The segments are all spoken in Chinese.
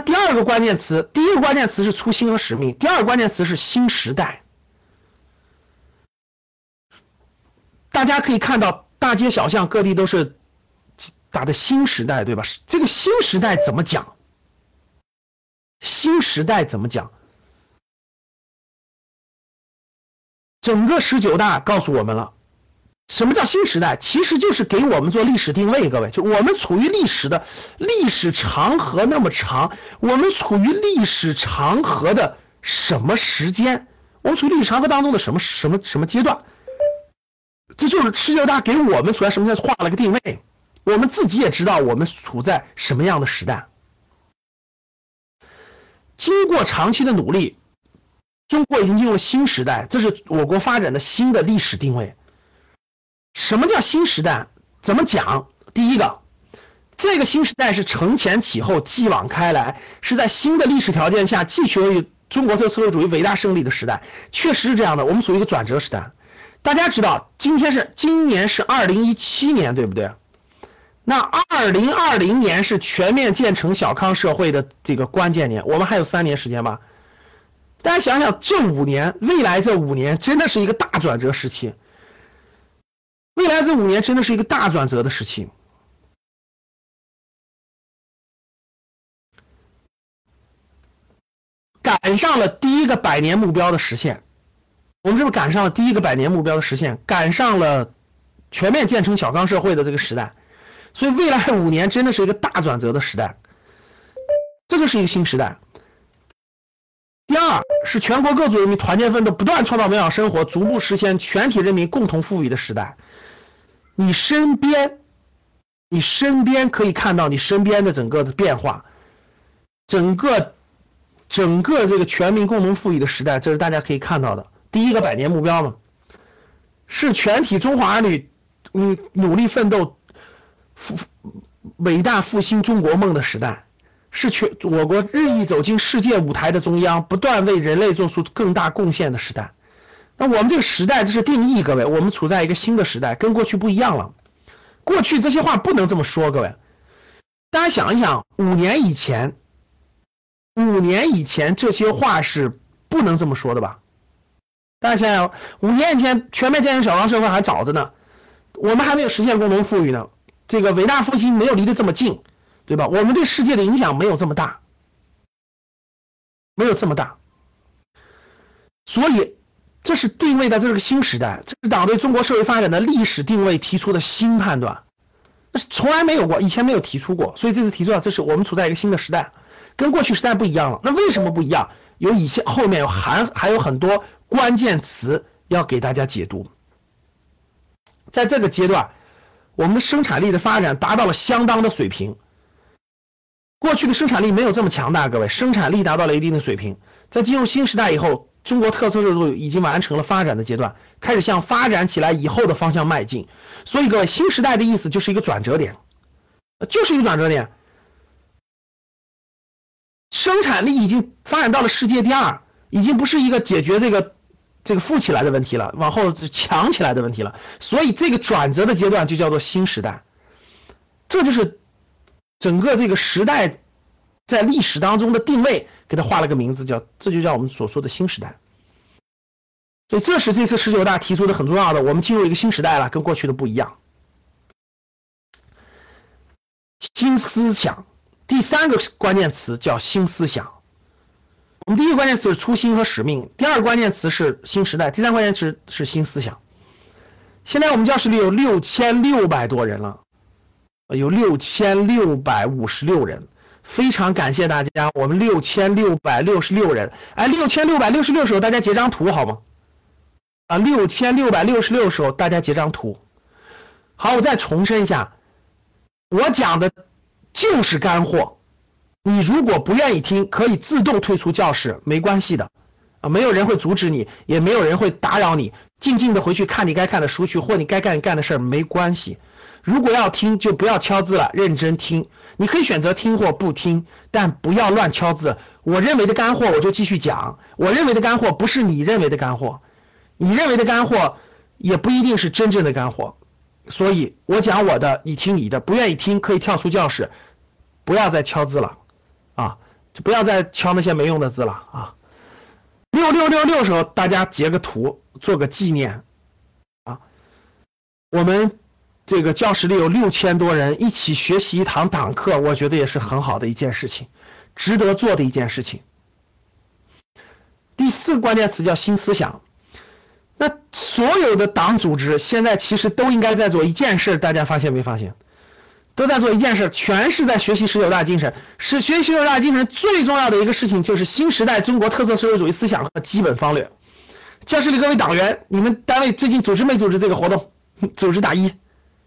第二个关键词，第一个关键词是初心和使命，第二个关键词是新时代。大家可以看到大街小巷各地都是打的新时代，对吧？这个新时代怎么讲？新时代怎么讲？整个19大告诉我们了，什么叫新时代？其实就是给我们做历史定位，各位，就我们处于历史长河那么长，我们处于历史长河的什么时间？我们处于历史长河当中的什么阶段？这就是19大给我们处在什么阶段画了个定位，我们自己也知道我们处在什么样的时代。经过长期的努力，中国已经进入了新时代，这是我国发展的新的历史定位。什么叫新时代？怎么讲？第一个，这个新时代是承前启后，继往开来，是在新的历史条件下继续中国特色社会主义伟大胜利的时代，确实是这样的。我们属于一个转折时代。大家知道，今年是2017年，对不对？那2020年是全面建成小康社会的这个关键年，我们还有3年时间吧。大家想想，这5年，未来这5年真的是一个大转折时期。未来这5年真的是一个大转折的时期。赶上了第一个100年目标的实现。我们是不是赶上了第一个100年目标的实现？赶上了全面建成小康社会的这个时代。所以未来5年真的是一个大转折的时代。这就是一个新时代。第二是全国各族人民团结奋斗，不断创造美好生活，逐步实现全体人民共同富裕的时代。你身边可以看到你身边的整个的变化，整个这个全民共同富裕的时代，这是大家可以看到的。第一个100年目标嘛，是全体中华儿女努力奋斗，伟大复兴中国梦的时代。是我国日益走进世界舞台的中央，不断为人类做出更大贡献的时代。那我们这个时代，这是定义，各位，我们处在一个新的时代，跟过去不一样了。过去这些话不能这么说，各位，大家想一想，5年以前这些话是不能这么说的吧？大家想想，5年以前全面建成小康社会还早着呢，我们还没有实现共同富裕呢，这个伟大复兴没有离得这么近，对吧？我们对世界的影响没有这么大，所以这是定位的这个新时代，这是党对中国社会发展的历史定位提出的新判断，那是从来没有过，以前没有提出过，所以这次提出了，这是我们处在一个新的时代，跟过去时代不一样了。那为什么不一样？后面还有很多关键词要给大家解读。在这个阶段，我们的生产力的发展达到了相当的水平。过去的生产力没有这么强大，各位，生产力达到了一定的水平。在进入新时代以后，中国特色社会已经完成了发展的阶段，开始向发展起来以后的方向迈进。所以各位，新时代的意思就是一个转折点，生产力已经发展到了世界第2，已经不是一个解决这个富起来的问题了，往后强起来的问题了。所以这个转折的阶段就叫做新时代。这就是整个这个时代在历史当中的定位，给它画了个名字，这就叫我们所说的新时代。所以这是这次19大提出的很重要的，我们进入一个新时代了，跟过去的不一样。新思想，第3个关键词叫新思想。我们第一个关键词是初心和使命，第2个关键词是新时代，第3个关键词是新思想。现在我们教室里有6600多人了，有6656人，非常感谢大家，我们6666人。6666时候大家截张图好吗？6666时候大家截张图。好，我再重申一下，我讲的就是干货，你如果不愿意听，可以自动退出教室，没关系的没有人会阻止你，也没有人会打扰你，静静的回去看你该看的书去，或你该干的事儿，没关系。如果要听就不要敲字了，认真听。你可以选择听或不听，但不要乱敲字。我认为的干货我就继续讲，我认为的干货不是你认为的干货，你认为的干货也不一定是真正的干货。所以我讲我的，你听你的，不愿意听可以跳出教室，不要再敲字了就不要再敲那些没用的字了啊。6666时候大家截个图做个纪念啊。我们这个教室里有6000多人一起学习一堂党课，我觉得也是很好的一件事情，值得做的一件事情。第4个关键词叫新思想。那所有的党组织现在其实都应该在做一件事，大家发现没发现？都在做一件事，全是在学习19大精神。是学习19大精神最重要的一个事情，就是新时代中国特色社会主义思想和基本方略。教室里各位党员，你们单位最近组织没组织这个活动？组织打1。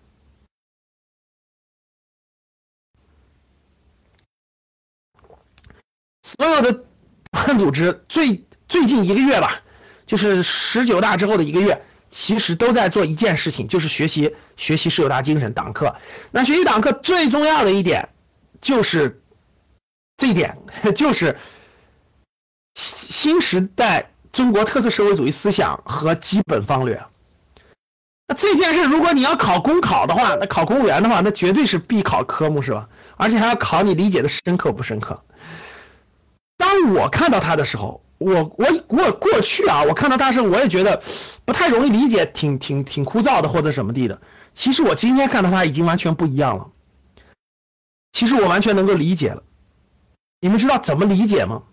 所有的党组织最近1个月吧，就是19大之后的1个月，其实都在做一件事情，就是学习19大精神党课。那学习党课最重要的一点就是这一点，就是新时代中国特色社会主义思想和基本方略。那这件事如果你要考公考的话，那考公务员的话，那绝对是必考科目，是吧？而且还要考你理解的深刻不深刻。当我看到它的时候，我过去啊，我看到它时候我也觉得不太容易理解，挺枯燥的或者什么地的。其实我今天看到它已经完全不一样了。其实我完全能够理解了。你们知道怎么理解吗？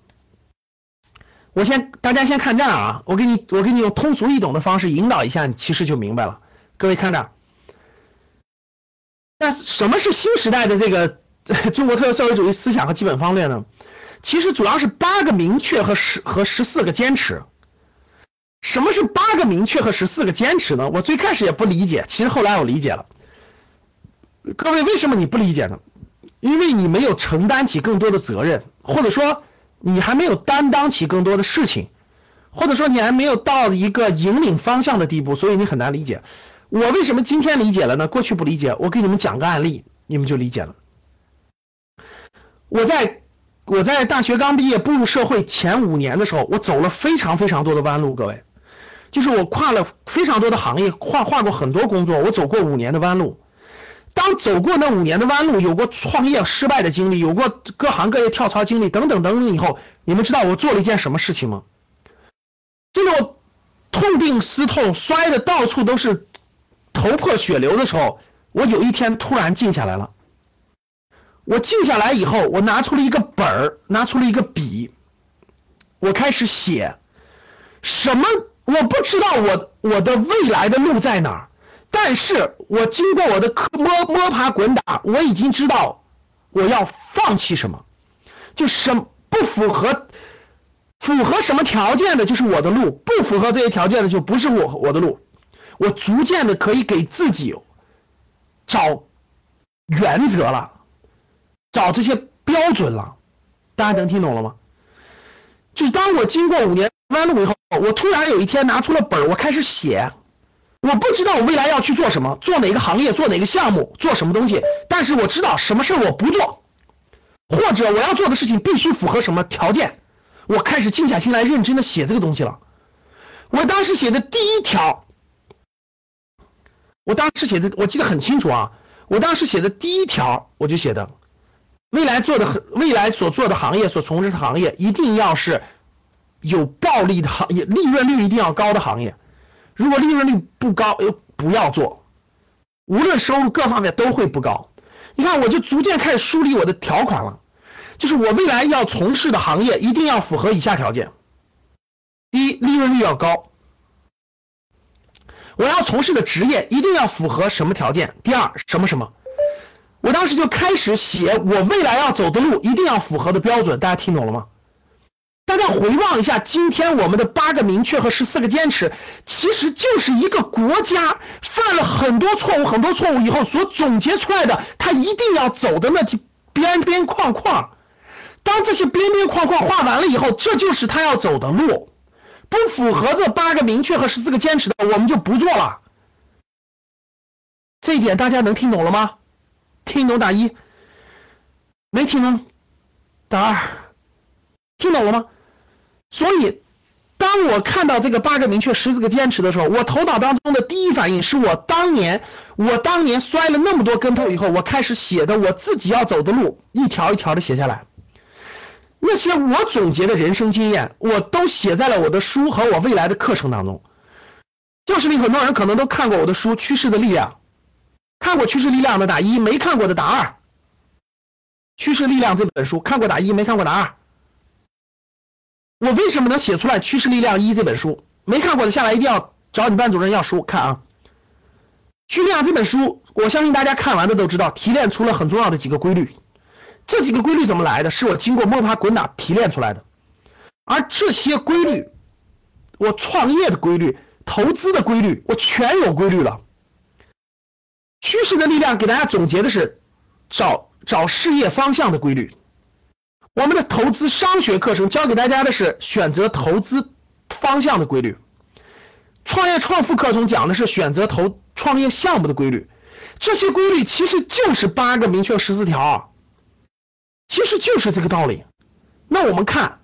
大家先看这儿啊，我给你用通俗易懂的方式引导一下，你其实就明白了。各位看这儿，那什么是新时代的这个中国特色社会主义思想和基本方略呢？其实主要是8个明确和14个坚持。什么是8个明确和14个坚持呢？我最开始也不理解，其实后来我理解了。各位，为什么你不理解呢？因为你没有承担起更多的责任，或者说你还没有担当起更多的事情，或者说你还没有到一个引领方向的地步，所以你很难理解。我为什么今天理解了呢？过去不理解。我给你们讲个案例，你们就理解了。我在大学刚毕业步入社会前5年的时候，我走了非常多的弯路。各位，就是我跨了非常多的行业，跨过很多工作，我走过5年的弯路。当走过那5年的弯路，有过创业失败的经历，有过各行各业跳槽经历等等以后，你们知道我做了一件什么事情吗？真的，我痛定思痛，摔的到处都是头破血流的时候，我有一天突然静下来了。我静下来以后，我拿出了一个本儿，拿出了一个笔，我开始写。什么？我不知道我的未来的路在哪儿，但是我经过我的摸爬滚打，我已经知道我要放弃什么，就不符合什么条件的就是我的路，不符合这些条件的就不是我的路。我逐渐的可以给自己找原则了，找这些标准了。大家能听懂了吗？就是当我经过5年弯路以后，我突然有一天拿出了本，我开始写。我不知道我未来要去做什么，做哪个行业，做哪个项目，做什么东西，但是我知道什么事我不做，或者我要做的事情必须符合什么条件。我开始静下心来认真的写这个东西了。我当时写的第一条，我记得很清楚啊。我当时写的第一条，我就写的未来所做的行业，所从事的行业一定要是有暴利的行业，利润率一定要高的行业。如果利润率不高，不要做，无论收入各方面都会不高。你看，我就逐渐开始梳理我的条款了，就是我未来要从事的行业一定要符合以下条件：第一，利润率要高；我要从事的职业一定要符合什么条件；第二，什么什么。我当时就开始写我未来要走的路一定要符合的标准。大家听懂了吗？大家回望一下今天我们的8个明确和14个坚持，其实就是一个国家犯了很多错误以后所总结出来的，他一定要走的那边框。当这些边框画完了以后，这就是他要走的路。不符合这8个明确和14个坚持的，我们就不做了。这一点大家能听懂了吗？听懂打1，没听懂打2。听懂了吗？所以当我看到这个8个明确14个坚持的时候，我头脑当中的第一反应是我当年摔了那么多跟头以后，我开始写的我自己要走的路，一条一条的写下来。 那些我总结的人生经验，我都写在了我的书和我未来的课程当中。就是很多人可能都看过我的书《趋势的力量》，看过《趋势力量》的打1，没看过的打2。《趋势力量》这本书看过打1，没看过打2。我为什么能写出来《趋势力量1》这本书？没看过的下来一定要找你班主任要书看啊。趋势力量这本书，我相信大家看完的都知道，提炼出了很重要的几个规律。这几个规律怎么来的？是我经过摸爬滚打提炼出来的。而这些规律，我创业的规律、投资的规律，我全有规律了。趋势的力量给大家总结的是找事业方向的规律。我们的投资商学课程教给大家的是选择投资方向的规律。创业创富课程讲的是选择创业项目的规律。这些规律其实就是8个明确14条，其实就是这个道理。那我们看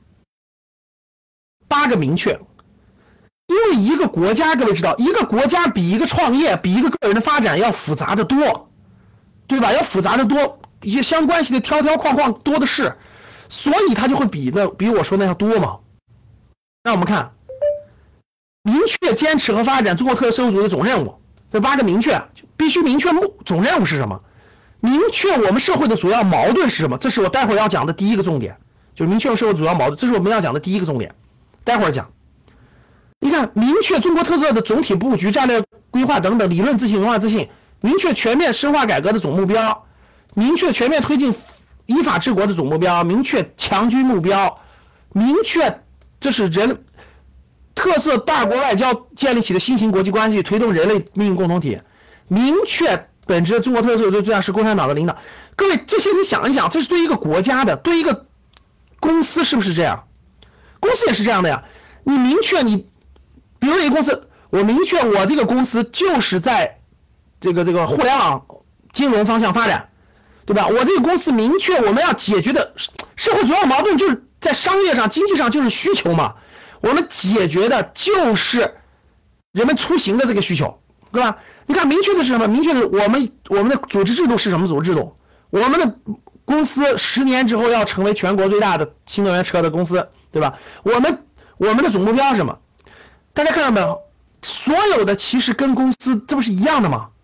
8个明确，因为一个国家，各位知道，一个国家比一个创业，比一个个人的发展要复杂的多，对吧？要复杂的多，一些相关系的条条框框多的是，所以它就会比我说那要多嘛。那我们看明确坚持和发展中国特色社会主义的总任务，这8个明确必须明确总任务是什么，明确我们社会的主要矛盾是什么，这是我待会儿要讲的第一个重点，就是明确社会主要矛盾，这是我们要讲的第一个重点，待会儿讲。你看，明确中国特色的总体布局、战略规划等等，理论自信、文化自信，明确全面深化改革的总目标，明确全面推进依法治国的总目标，明确强军目标，明确这是特色大国外交建立起的新型国际关系，推动人类命运共同体，明确本质中国特色最重要是共产党的领导。各位，这些你想一想，这是对一个国家的，对一个公司是不是这样？公司也是这样的呀。你明确比如一个公司，我明确我这个公司就是在这个互联网金融方向发展，对吧？我这个公司明确我们要解决的社会主要矛盾就是在商业上、经济上就是需求嘛，我们解决的就是人们出行的这个需求，对吧？你看明确的是什么？明确的我们的组织制度是什么组织制度？我们的公司10年之后要成为全国最大的新能源车的公司，对吧？我们的总目标是什么？大家看到没有？所有的其实跟公司这不是一样的吗？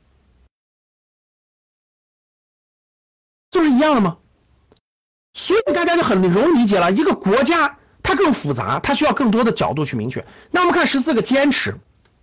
这不是一样的吗？所以大家就很容易理解了，一个国家它更复杂，它需要更多的角度去明确。那我们看14个坚持，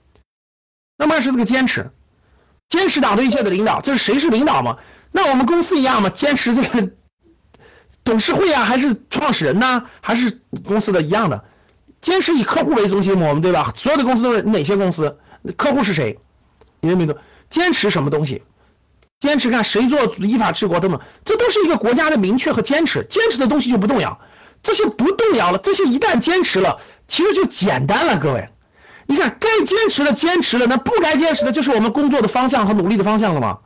坚持党对一切的领导，这是谁是领导嘛？那我们公司一样嘛？坚持这个董事会啊，还是创始人呢？还是公司的一样的？坚持以客户为中心嘛，我们对吧？所有的公司都是哪些公司？客户是谁？你认为坚持什么东西？坚持看谁做依法治国等等，这都是一个国家的明确和坚持。坚持的东西就不动摇，这些不动摇了，这些一旦坚持了，其实就简单了。各位，你看该坚持的坚持了，那不该坚持的就是我们工作的方向和努力的方向了吗？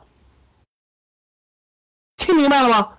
听明白了吗？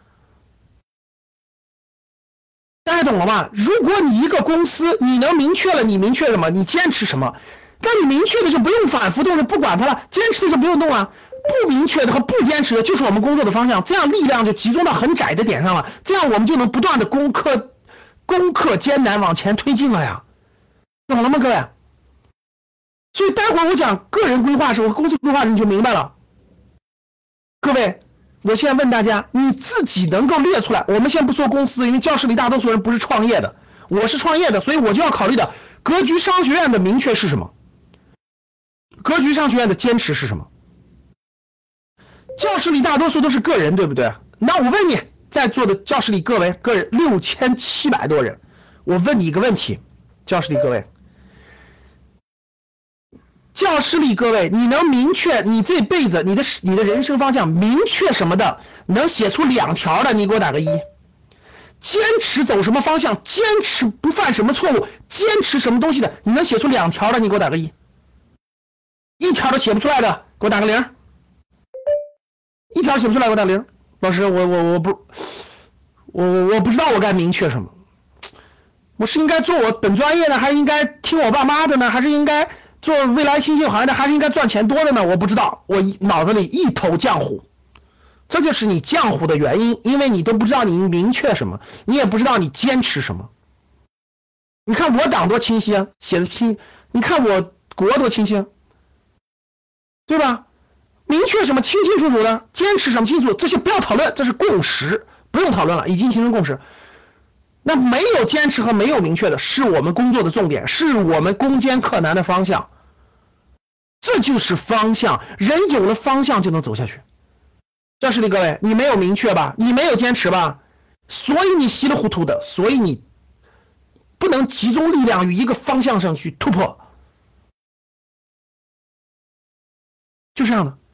大家懂了吧？如果你一个公司你能明确了，你明确什么？你坚持什么？那你明确的就不用反复动，就不管它了，坚持的就不用动了。不明确的和不坚持的就是我们工作的方向，这样力量就集中到很窄的点上了，这样我们就能不断的攻克艰难往前推进了呀。懂了吗，各位？所以待会儿我讲个人规划时候和公司规划你就明白了。各位，我现在问大家，你自己能够列出来，我们先不说公司，因为教室里大多数人不是创业的，我是创业的，所以我就要考虑的格局商学院的明确是什么，格局商学院的坚持是什么。教室里大多数都是个人，对不对？那我问你，在座的教室里个人6700多人，我问你一个问题，教室里各位，你能明确你这辈子你的人生方向明确什么的，能写出2条的，你给我打个1。坚持走什么方向，坚持不犯什么错误，坚持什么东西的，你能写出2条的，你给我打个1。1条都写不出来的，给我打个0。1条写不出来，给我打0。老师，我不知道我该明确什么，我是应该做我本专业的，还是应该听我爸妈的呢？还是应该做未来新兴行业的，还是应该赚钱多的呢？我不知道，我脑子里一头浆糊， 这就是你浆糊的原因，因为你都不知道你明确什么，你也不知道你坚持什么。你看我党多清晰啊，写的清，你看我国多清晰啊，对吧？明确什么清清楚楚的，坚持什么清楚，这些不要讨论，这是共识，不用讨论了，已经形成共识。那没有坚持和没有明确的，是我们工作的重点，是我们攻坚克难的方向。这就是方向，人有了方向就能走下去。教室里各位，你没有明确吧？你没有坚持吧？所以你稀里糊涂的，所以你不能集中力量于一个方向上去突破，就这样的。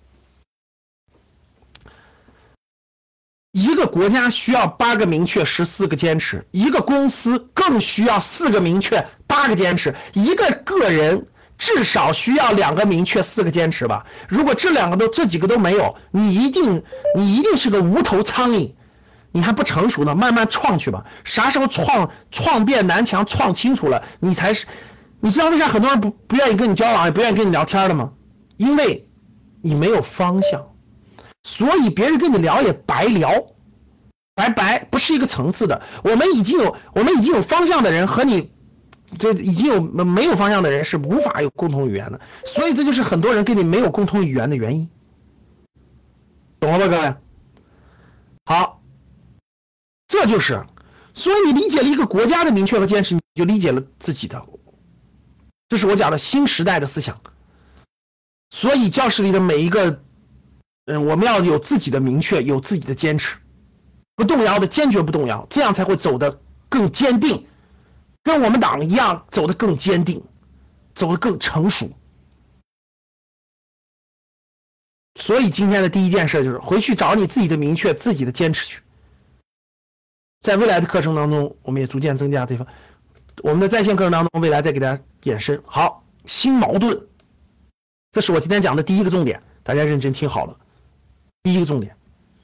一个国家需要8个明确14个坚持，一个公司更需要4个明确8个坚持，一个个人至少需要2个明确4个坚持吧。如果这几个都没有，你一定是个无头苍蝇，你还不成熟呢，慢慢创去吧。啥时候创变南墙创清楚了，你才是。你知道为啥很多人不愿意跟你交往，也不愿意跟你聊天的吗？因为你没有方向。所以别人跟你聊也白聊，白不是一个层次的。我们已经有方向的人和你这已经有没有方向的人是无法有共同语言的，所以这就是很多人跟你没有共同语言的原因，懂了吧各位？好，这就是所以你理解了一个国家的明确和坚持，你就理解了自己的，这是我讲的新时代的思想。所以教室里的每一个我们要有自己的明确，有自己的坚持，不动摇的，坚决不动摇，这样才会走得更坚定，跟我们党一样走得更坚定，走得更成熟。所以今天的第一件事就是回去找你自己的明确，自己的坚持去。在未来的课程当中，我们也逐渐增加这方，我们的在线课程当中，未来再给大家延伸。好，新矛盾，这是我今天讲的第一个重点，大家认真听好了。第一个重点，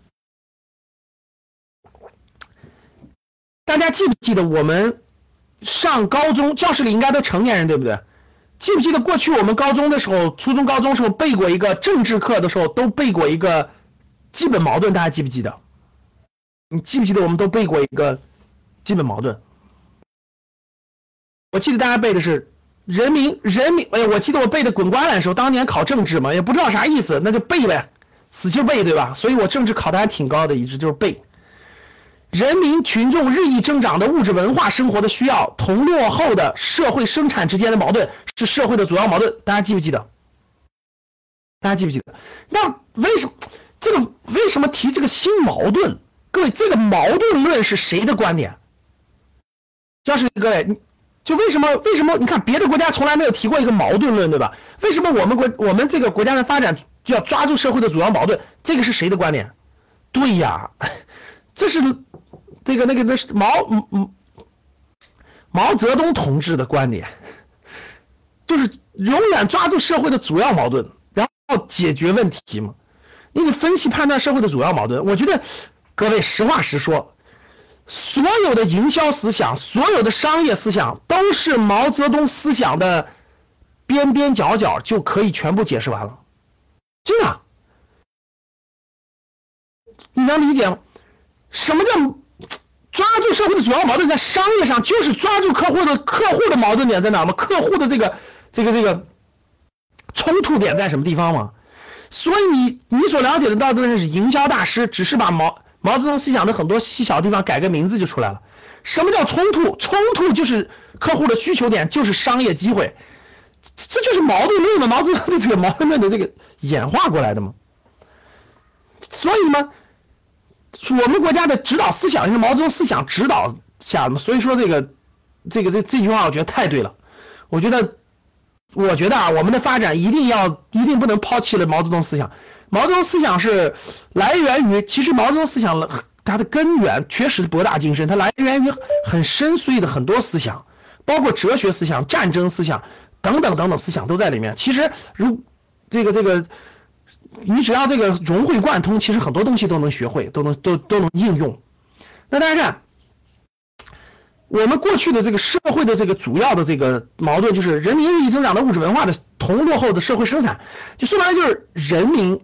大家记不记得我们上高中，教室里应该都成年人对不对？记不记得过去我们高中的时候，初中高中的时候背过一个政治课的时候都背过一个基本矛盾，大家记不记得？你记不记得我们都背过一个基本矛盾？我记得大家背的是人民，哎，我记得我背的滚瓜烂熟，当年考政治嘛，也不知道啥意思，那就背呗，死就背，对吧？所以我政治考的还挺高的，一直就是背。人民群众日益增长的物质文化生活的需要同落后的社会生产之间的矛盾是社会的主要矛盾，大家记不记得？大家记不记得？那为什么提这个新矛盾？各位，这个矛盾论是谁的观点？教室各位，就为什么你看别的国家从来没有提过一个矛盾论，对吧？为什么我们这个国家的发展就要抓住社会的主要矛盾？这个是谁的观点？对呀，这是那是毛泽东同志的观点，就是永远抓住社会的主要矛盾，然后解决问题嘛。你得分析判断社会的主要矛盾。我觉得各位实话实说，所有的营销思想，所有的商业思想都是毛泽东思想的边边角角就可以全部解释完了，真的。你能理解吗？什么叫抓住社会的主要矛盾？在商业上就是抓住客户的矛盾点在哪吗？客户的这个冲突点在什么地方吗？所以你所了解的到的是营销大师，只是把毛泽东思想的很多细小地方改个名字就出来了。什么叫冲突？冲突就是客户的需求点，就是商业机会，这就是矛盾论嘛，毛泽东的这个矛盾论的这个演化过来的嘛。所以呢，我们国家的指导思想是毛泽东思想指导下的嘛，所以说这句话我觉得太对了。我觉得啊，我们的发展一定不能抛弃了毛泽东思想。毛泽东思想是来源于，其实毛泽东思想它的根源确实博大精深，它来源于很深邃的很多思想，包括哲学思想、战争思想等等思想都在里面。其实你只要这个融会贯通，其实很多东西都能学会，都能应用。那大家看，我们过去的这个社会的这个主要的这个矛盾，就是人民日益增长的物质文化的同落后的社会生产，就说白了就是人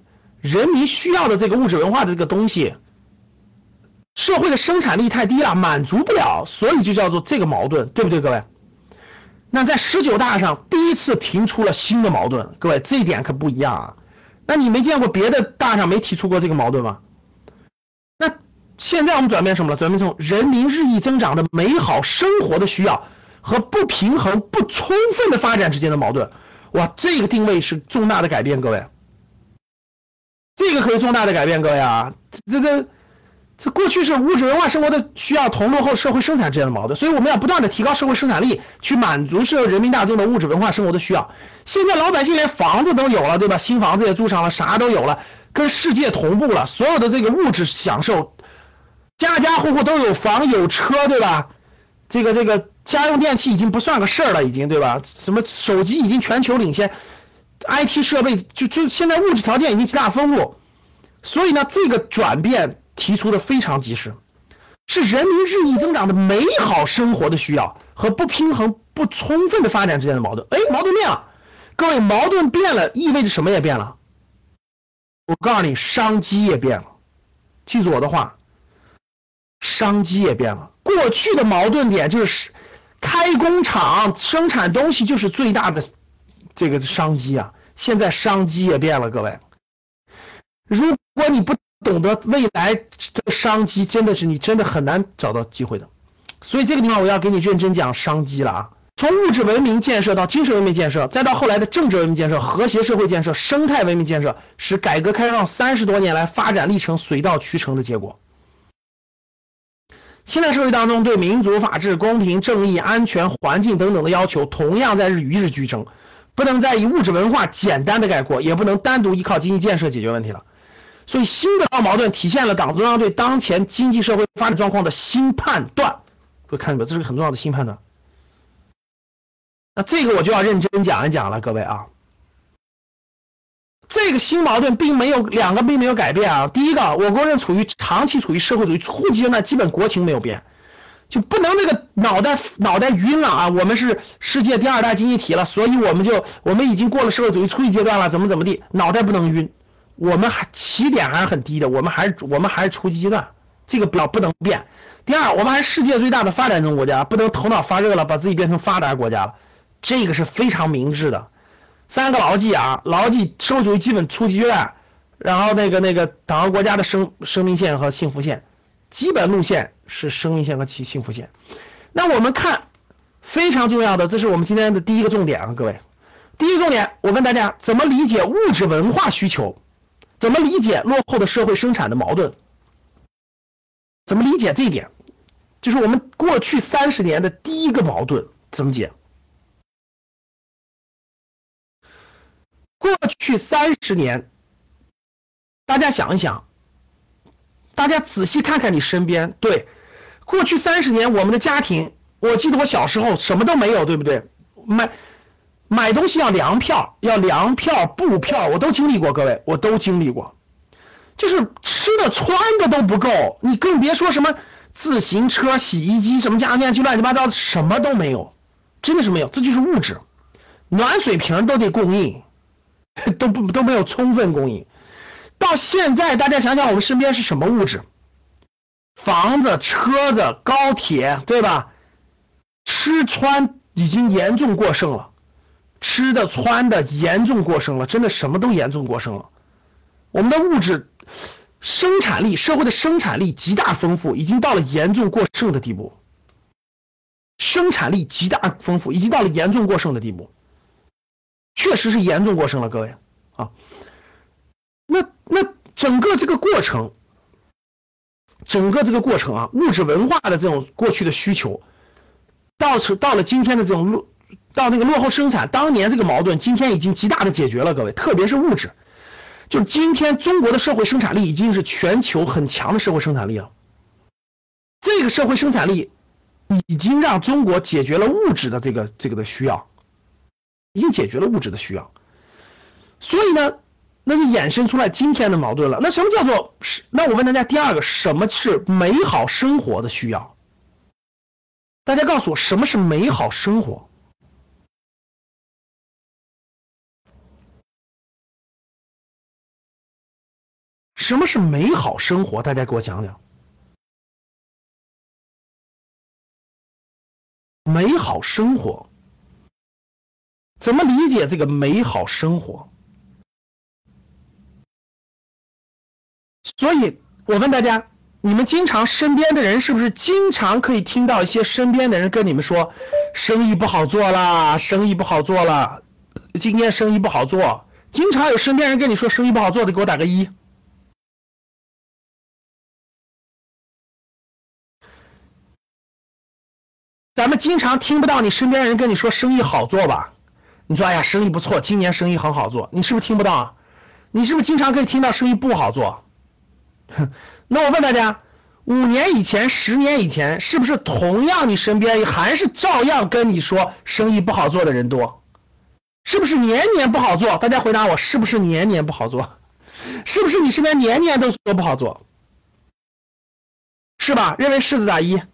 人民需要的这个物质文化的这个东西，社会的生产力太低了，满足不了，所以就叫做这个矛盾，对不对，各位？那在19大上第一次提出了新的矛盾，各位，这一点可不一样啊。那你没见过别的大上没提出过这个矛盾吗？那现在我们转变什么了？转变成人民日益增长的美好生活的需要和不平衡、不充分的发展之间的矛盾。哇，这个定位是重大的改变，各位。这个可以重大的改变，各位啊，这过去是物质文化生活的需要同落后社会生产之间的矛盾，所以我们要不断的提高社会生产力，去满足人民大众的物质文化生活的需要。现在老百姓连房子都有了，对吧？新房子也住上了，啥都有了，跟世界同步了，所有的这个物质享受，家家户户都有房有车，对吧？这个家用电器已经不算个事儿了，已经，对吧？什么手机已经全球领先，IT 设备就现在物质条件已经极大丰富，所以呢，这个转变提出的非常及时，是人民日益增长的美好生活的需要和不平衡、不充分的发展之间的矛盾。哎，矛盾变了，各位，矛盾变了，意味着什么也变了？我告诉你，商机也变了。记住我的话，商机也变了。过去的矛盾点就是开工厂生产东西就是最大的这个商机啊，现在商机也变了，各位。如果你不懂得未来的商机，真的是你真的很难找到机会的。所以这个地方我要给你认真讲商机了啊！从物质文明建设到精神文明建设，再到后来的政治文明建设、和谐社会建设、生态文明建设，是改革开放30多年来发展历程水到渠成的结果。现代社会当中对民主、法治、公平、正义、安全、环境等等的要求，同样在与日俱增，不能再以物质文化简单的概括，也不能单独依靠经济建设解决问题了。所以新的矛盾体现了党中央对当前经济社会发展状况的新判断。各位看见没有？这是个很重要的新判断。那这个我就要认真讲一讲了，各位啊。这个新矛盾两个并没有改变啊。第一个，我国人长期处于社会主义初级阶段，基本国情没有变，就不能那个脑袋晕了啊！我们是世界第2大经济体了，所以我们已经过了社会主义初级阶段了，怎么地，脑袋不能晕。我们起点还是很低的，我们还是初级阶段，这个不能变。第二，我们还是世界最大的发展中国家，不能头脑发热了，把自己变成发达国家了，这个是非常明智的。3个牢记啊，牢记社会主义基本初级阶段，然后那个党和国家的生命线和幸福线，基本路线是生命线和幸福线。那我们看非常重要的，这是我们今天的第一个重点啊，各位。第一个重点，我问大家怎么理解物质文化需求，怎么理解落后的社会生产的矛盾，怎么理解这一点，就是我们过去30年的第一个矛盾怎么解。过去30年，大家想一想，大家仔细看看你身边，对，过去30年我们的家庭，我记得我小时候什么都没有，对不对？买东西要粮票，布票，我都经历过，各位，我都经历过。就是吃的穿的都不够，你更别说什么自行车、洗衣机、什么家用电器乱七八糟的，什么都没有，真的是没有，这就是物质。暖水瓶都得供应，都没有充分供应。到现在大家想想我们身边是什么物质？房子、车子、高铁，对吧？吃穿已经严重过剩了，吃的穿的严重过剩了，真的什么都严重过剩了。我们的物质生产力，社会的生产力极大丰富，已经到了严重过剩的地步。生产力极大丰富，已经到了严重过剩的地步，确实是严重过剩了，各位啊。那整个这个过程啊，物质文化的这种过去的需求，到了今天的这种到那个落后生产，当年这个矛盾，今天已经极大的解决了，各位，特别是物质。就今天中国的社会生产力已经是全球很强的社会生产力了，这个社会生产力已经让中国解决了物质的这个的需要，已经解决了物质的需要。所以呢，那就衍生出来今天的矛盾了。那什么叫做那我问大家第二个，什么是美好生活的需要？大家告诉我什么是美好生活？ 什么是美好生活？大家给我讲讲。美好生活，怎么理解这个美好生活？所以我问大家，你们经常身边的人是不是经常可以听到一些身边的人跟你们说，生意不好做啦，生意不好做了，今天生意不好做。经常有身边人跟你说生意不好做的，给我打个1。咱们经常听不到你身边人跟你说生意好做吧？你说哎呀，生意不错，今年生意很好做，你是不是听不到啊？你是不是经常可以听到生意不好做？那我问大家，5年以前、10年以前，是不是同样你身边还是照样跟你说生意不好做的人多？是不是年年不好做？大家回答我，是不是年年不好做？是不是你身边年年都不好做？是吧？认为是的打1。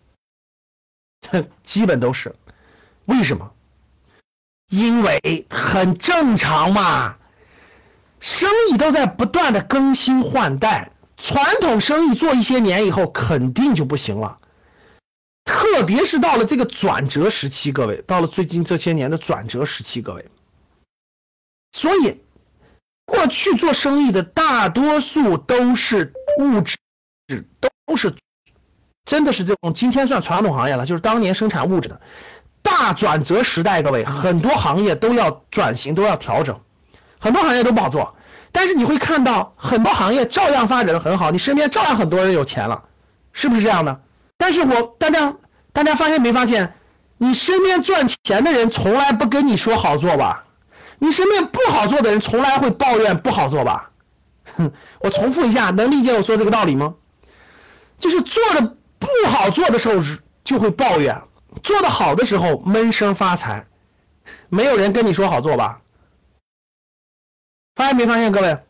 基本都是。为什么？因为很正常嘛，生意都在不断的更新换代，传统生意做一些年以后肯定就不行了，特别是到了这个转折时期，各位，到了最近这些年的转折时期，各位，所以过去做生意的大多数都是物质，都是真的是这种今天算传统行业了，就是当年生产物质的大转折时代，各位，很多行业都要转型，都要调整，很多行业都不好做，但是你会看到很多行业照样发展的很好，你身边照样很多人有钱了，是不是这样的？但是大家发现没发现，你身边赚钱的人从来不跟你说好做吧，你身边不好做的人从来会抱怨不好做吧。我重复一下，能理解我说这个道理吗？就是做的不好做的时候就会抱怨，做的好的时候闷声发财，没有人跟你说好做吧？发现没发现，各位？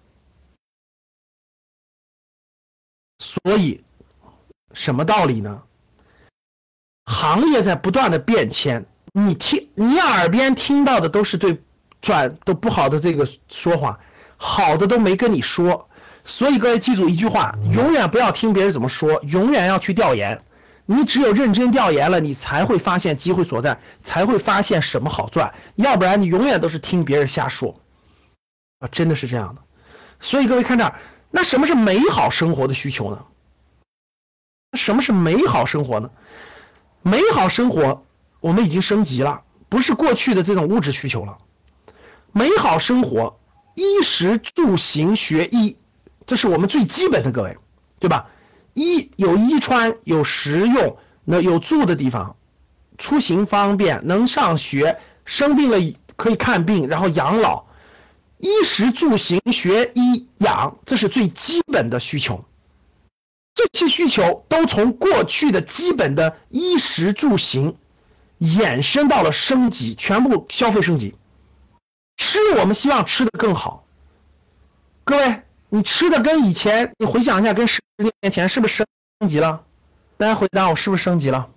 所以什么道理呢？行业在不断的变迁，你耳边听到的都是都不好的这个说话，好的都没跟你说。所以各位记住一句话，永远不要听别人怎么说，永远要去调研。你只有认真调研了，你才会发现机会所在，才会发现什么好赚，要不然你永远都是听别人瞎说啊，真的是这样的。所以各位看这儿，那什么是美好生活的需求呢？什么是美好生活呢？美好生活我们已经升级了，不是过去的这种物质需求了。美好生活，衣食住行学医，这是我们最基本的，各位，对吧？有衣穿，有食用，有住的地方，出行方便，能上学，生病了可以看病，然后养老。衣食住行学医养，这是最基本的需求。这些需求都从过去的基本的衣食住行衍生到了升级，全部消费升级。吃我们希望吃的更好。各位，你吃的跟以前，你回想一下，跟10年前是不是升级了？大家回答我，是不是升级了？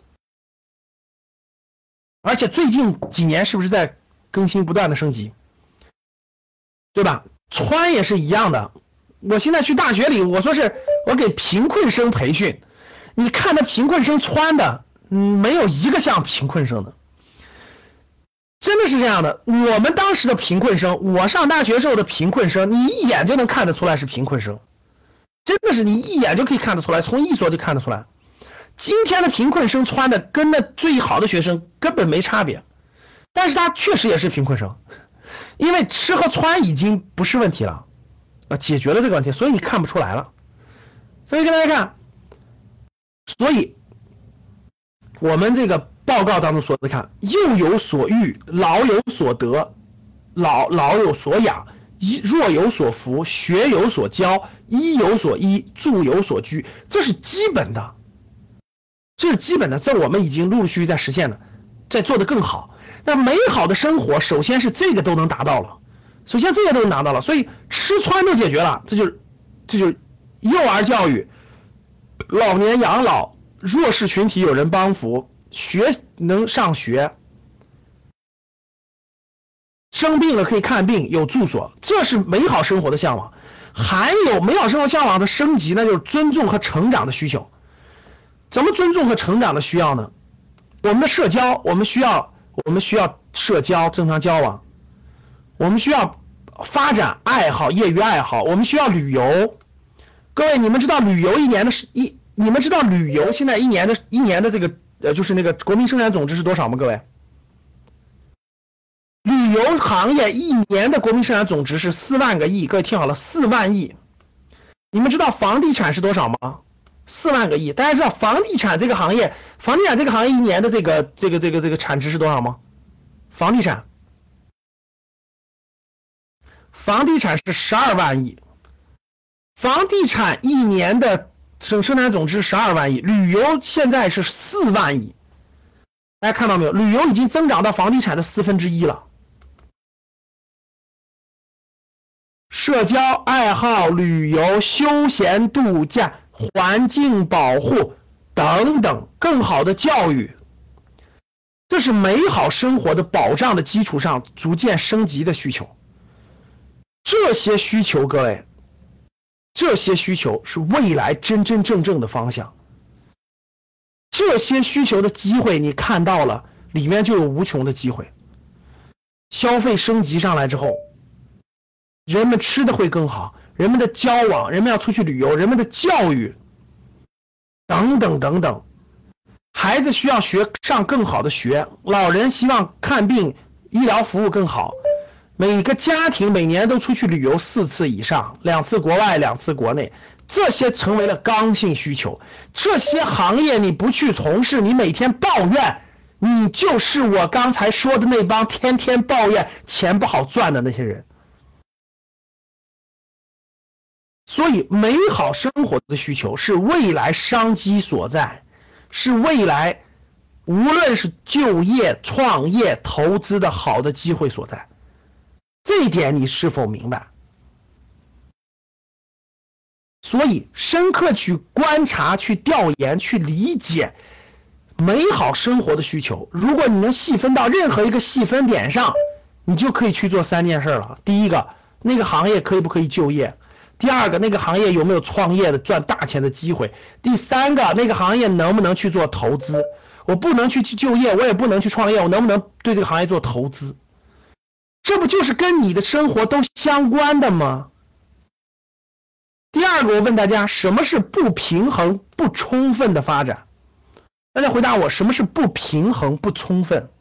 而且最近几年是不是在更新不断的升级？对吧？穿也是一样的。我现在去大学里，我说是我给贫困生培训，你看那贫困生穿的，没有一个像贫困生的，真的是这样的。我们当时的贫困生，我上大学时候的贫困生，你一眼就能看得出来是贫困生，真的是你一眼就可以看得出来，从一说就看得出来。今天的贫困生穿的跟那最好的学生根本没差别，但是他确实也是贫困生，因为吃和穿已经不是问题了。解决了这个问题，所以你看不出来了。所以跟大家看，所以我们这个报告当中说的，看幼有所育，老有所得，老有所养，若有所扶，学有所教，衣有所依，住有所居，这是基本的，这是基本的，这我们已经陆陆续续在实现了，在做得更好。那美好的生活，首先是这个都能达到了。首先这些都拿到了，所以吃穿都解决了，这就是幼儿教育，老年养老，弱势群体有人帮扶，能上学， 生病了可以看病，有住所，这是美好生活的向往。还有美好生活向往的升级呢，就是尊重和成长的需求。怎么尊重和成长的需要呢？我们的社交，我们需要社交，正常交往，我们需要发展爱好，业余爱好，我们需要旅游。各位，你们知道旅游你们知道旅游现在一年的这个就是那个国民生产总值是多少吗？各位，旅游行业一年的国民生产总值是4万个亿。各位听好了，4万亿。你们知道房地产是多少吗？4万个亿。大家知道房地产这个行业一年的这个产值是多少吗？房地产是12万亿。房地产一年的生产总值12万亿，旅游现在是4万亿。大家看到没有？旅游已经增长到房地产的1/4了。社交、爱好、旅游、休闲度假、环境保护等等，更好的教育，这是美好生活的保障的基础上逐渐升级的需求。这些需求，各位，这些需求是未来真真正正的方向。这些需求的机会你看到了，里面就有无穷的机会。消费升级上来之后，人们吃的会更好，人们的交往，人们要出去旅游，人们的教育等等等等，孩子需要上更好的学，老人希望看病医疗服务更好，每个家庭每年都出去旅游4次以上，2次国外2次国内，这些成为了刚性需求。这些行业你不去从事，你每天抱怨，你就是我刚才说的那帮天天抱怨钱不好赚的那些人。所以美好生活的需求是未来商机所在，是未来无论是就业、创业、投资的好的机会所在。这一点你是否明白？所以深刻去观察、去调研、去理解美好生活的需求，如果你能细分到任何一个细分点上，你就可以去做3件事了。第一个，那个行业可不可以就业？第二个，那个行业有没有创业的赚大钱的机会？第三个，那个行业能不能去做投资？我不能去就业，我也不能去创业，我能不能对这个行业做投资？这不就是跟你的生活都相关的吗？第二个，我问大家，什么是不平衡不充分的发展？大家回答我，什么是不平衡不充分？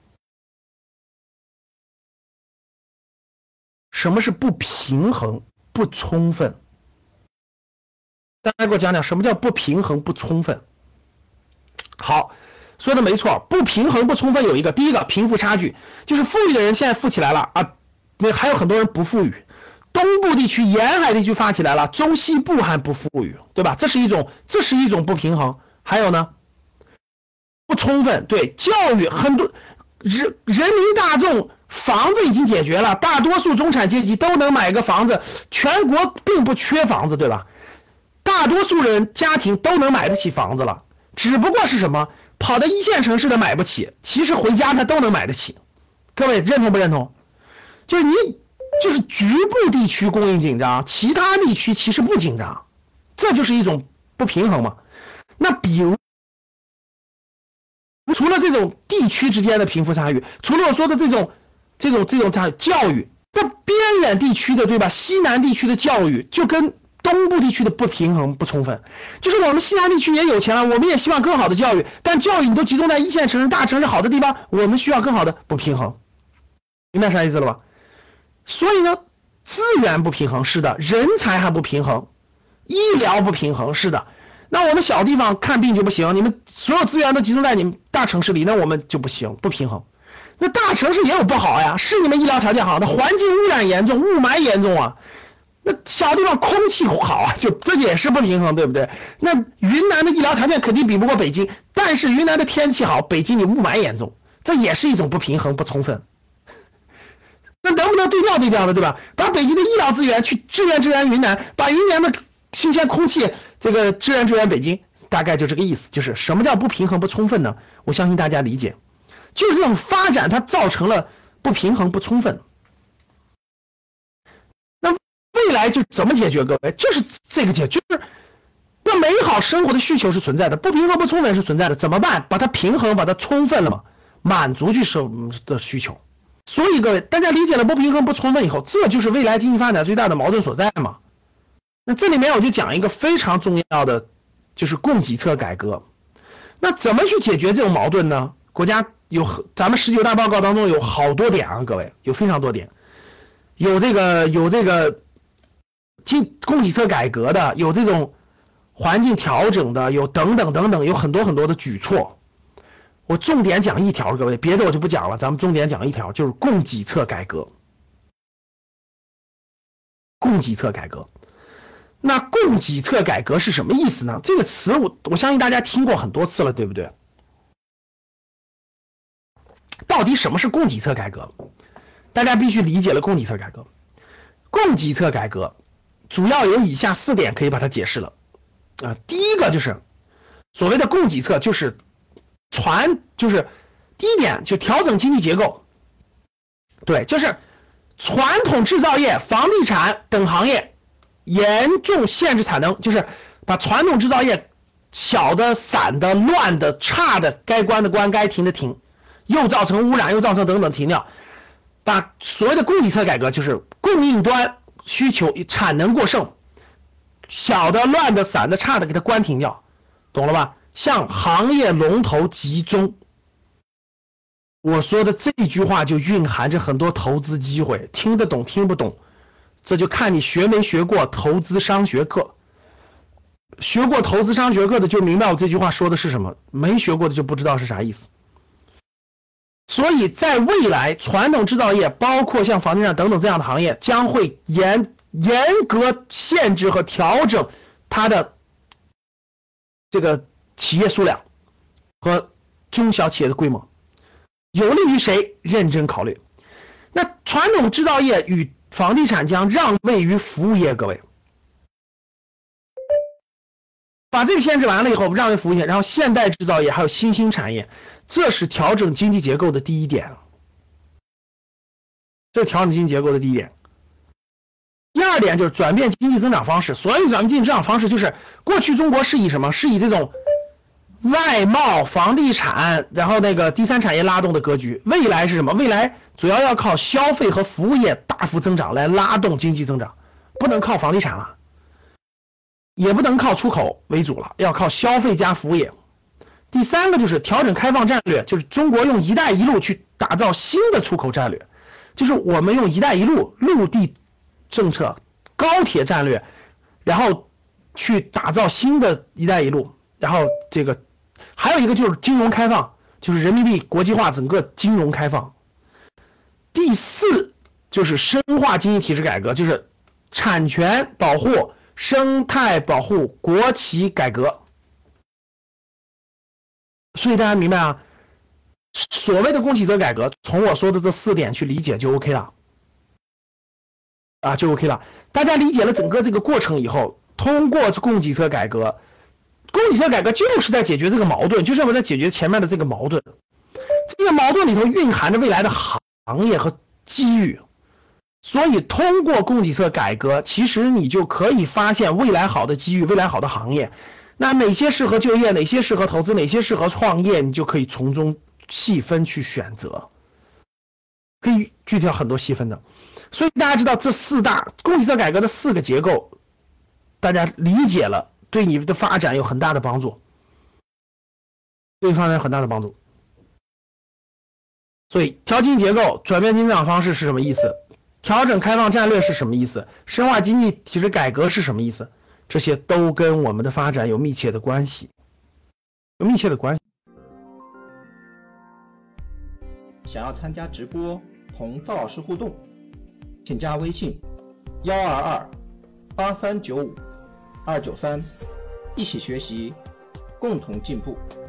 什么是不平衡不充分？大家给我讲讲什么叫不平衡不充分。好，说的没错，不平衡不充分有一个，第一个贫富差距，就是富裕的人现在富起来了啊，那还有很多人不富裕。东部地区、沿海地区发起来了，中西部还不富裕，对吧？这是一种不平衡。还有呢，不充分，对，教育很多人民大众房子已经解决了，大多数中产阶级都能买个房子，全国并不缺房子，对吧？大多数人家庭都能买得起房子了，只不过是什么？跑到1线城市的买不起，其实回家他都能买得起。各位认同不认同？就是局部地区供应紧张，其他地区其实不紧张，这就是一种不平衡嘛。那比如除了这种地区之间的贫富差距，除了我说的这种差距，教育，那边远地区的，对吧？西南地区的教育就跟东部地区的不平衡不充分，就是我们西南地区也有钱了，我们也希望更好的教育，但教育你都集中在1线城市、大城市好的地方，我们需要更好的，不平衡，明白啥意思了吧？所以呢，资源不平衡，是的，人才还不平衡，医疗不平衡，是的。那我们小地方看病就不行，你们所有资源都集中在你们大城市里，那我们就不行，不平衡。那大城市也有不好呀，是你们医疗条件好，那环境污染严重，雾霾严重啊。那小地方空气好啊，就这也是不平衡，对不对？那云南的医疗条件肯定比不过北京，但是云南的天气好，北京你雾霾严重，这也是一种不平衡不充分。那能不能对调对调的，对吧？把北京的医疗资源去支援云南，把云南的新鲜空气这个支援北京，大概就这个意思。就是什么叫不平衡不充分呢？我相信大家理解，就是这种发展它造成了不平衡不充分。 未来就怎么解决？各位，就是这个就是那美好生活的需求是存在的，不平衡不充分是存在的，怎么办？把它平衡，把它充分了嘛，满足去生的需求。所以各位，大家理解了不平衡不充分以后，这就是未来经济发展最大的矛盾所在嘛。那这里面我就讲一个非常重要的，就是供给侧改革。那怎么去解决这种矛盾呢？国家咱们19大报告当中有好多点啊，各位有非常多点，有这个供给侧改革的，有这种环境调整的，有等等等等，有很多很多的举措。我重点讲一条，各位，别的我就不讲了，咱们重点讲一条，就是供给侧改革。供给侧改革，那供给侧改革是什么意思呢？这个词我相信大家听过很多次了，对不对？到底什么是供给侧改革？大家必须理解了供给侧改革。供给侧改革主要有以下4点可以把它解释了。第一个就是所谓的供给侧，就是第一点就调整经济结构。对，就是传统制造业、房地产等行业严重限制产能，就是把传统制造业小的、散的、乱的、差的，该关的关，该停的停，又造成污染，又造成等等停掉。把所谓的供给侧改革，就是供应端需求产能过剩，小的、乱的、散的、差的给它关停掉，懂了吧？向行业龙头集中。我说的这句话就蕴含着很多投资机会，听得懂听不懂，这就看你学没学过投资商学课。学过投资商学课的就明白我这句话说的是什么，没学过的就不知道是啥意思。所以在未来，传统制造业包括像房地产等等这样的行业将会严格限制和调整它的这个企业数量和中小企业的规模，有利于谁？认真考虑。那传统制造业与房地产将让位于服务业，各位把这个限制完了以后，让位服务业，然后现代制造业还有新兴产业，这是调整经济结构的第一点。这是调整经济结构的第一点。第二点就是转变经济增长方式。所谓转变经济增长方式，就是过去中国是以什么？是以这种外贸、房地产，然后那个第三产业拉动的格局。未来是什么？未来主要要靠消费和服务业大幅增长来拉动经济增长，不能靠房地产了，也不能靠出口为主了，要靠消费加服务业。第三个就是调整开放战略，就是中国用一带一路去打造新的出口战略，就是我们用一带一路陆地政策、高铁战略，然后去打造新的一带一路。然后这个还有一个就是金融开放，就是人民币国际化，整个金融开放。第四就是深化经济体制改革，就是产权保护、生态保护、国企改革。所以大家明白啊，所谓的供给侧改革，从我说的这4点去理解就 OK 了啊，就 OK 了。大家理解了整个这个过程以后，通过供给侧改革，供给侧改革就是在解决这个矛盾，就是我在解决前面的这个矛盾。这个矛盾里头蕴含着未来的行业和机遇，所以通过供给侧改革，其实你就可以发现未来好的机遇，未来好的行业。那哪些适合就业，哪些适合投资，哪些适合创业，你就可以从中细分去选择，可以具体到很多细分的。所以大家知道这4大供给侧改革的4个结构，大家理解了，对你的发展有很大的帮助，对你发展有很大的帮助。所以调经济结构、转变经济增长方式是什么意思？调整开放战略是什么意思？深化经济体制改革是什么意思？这些都跟我们的发展有密切的关系，有密切的关系。 想要参加直播同赵老师互动，请加微信1228395293293，一起学习，共同进步。